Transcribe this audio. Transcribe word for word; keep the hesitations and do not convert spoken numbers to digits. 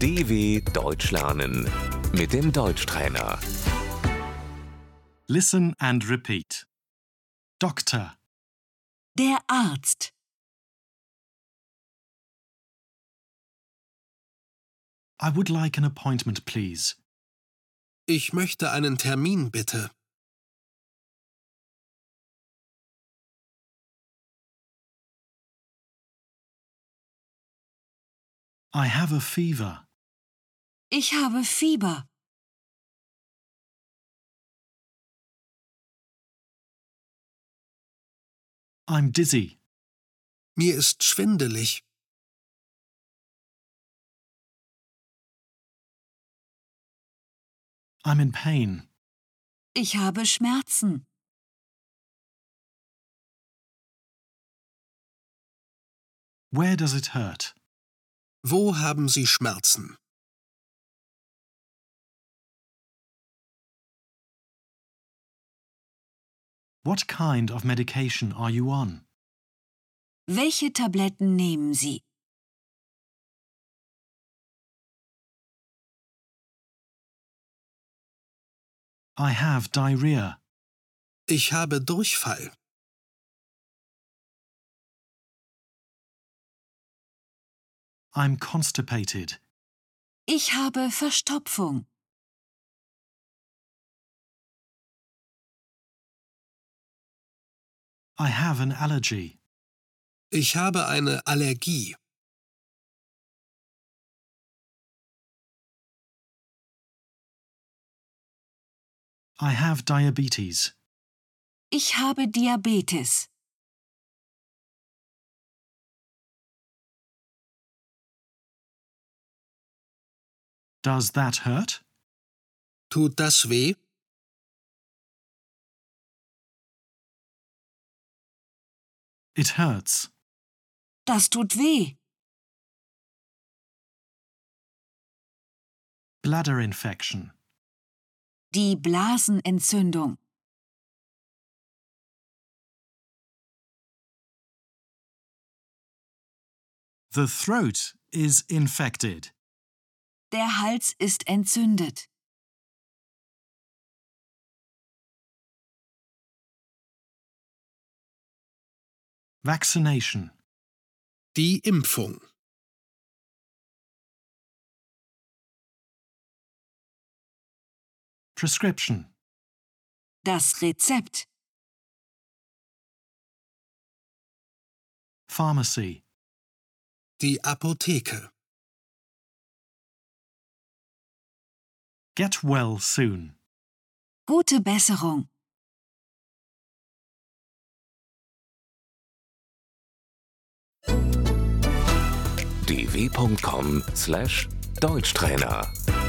D W Deutsch lernen mit dem Deutschtrainer. Listen and repeat. Doctor, Der Arzt. I would like an appointment, please. Ich möchte einen Termin, bitte. I have a fever. Ich habe Fieber. I'm dizzy. Mir ist schwindelig. I'm in pain. Ich habe Schmerzen. Where does it hurt? Wo haben Sie Schmerzen? What kind of medication are you on? Welche Tabletten nehmen Sie? I have diarrhea. Ich habe Durchfall. I'm constipated. Ich habe Verstopfung. I have an allergy. Ich habe eine Allergie. I have diabetes. Ich habe Diabetes. Does that hurt? Tut das weh? It hurts. Das tut weh. Bladder infection. Die Blasenentzündung. The throat is infected. Der Hals ist entzündet. Vaccination. Die Impfung. Prescription. Das Rezept. Pharmacy. Die Apotheke. Get well soon. Gute Besserung. d w punkt com slash Deutschtrainer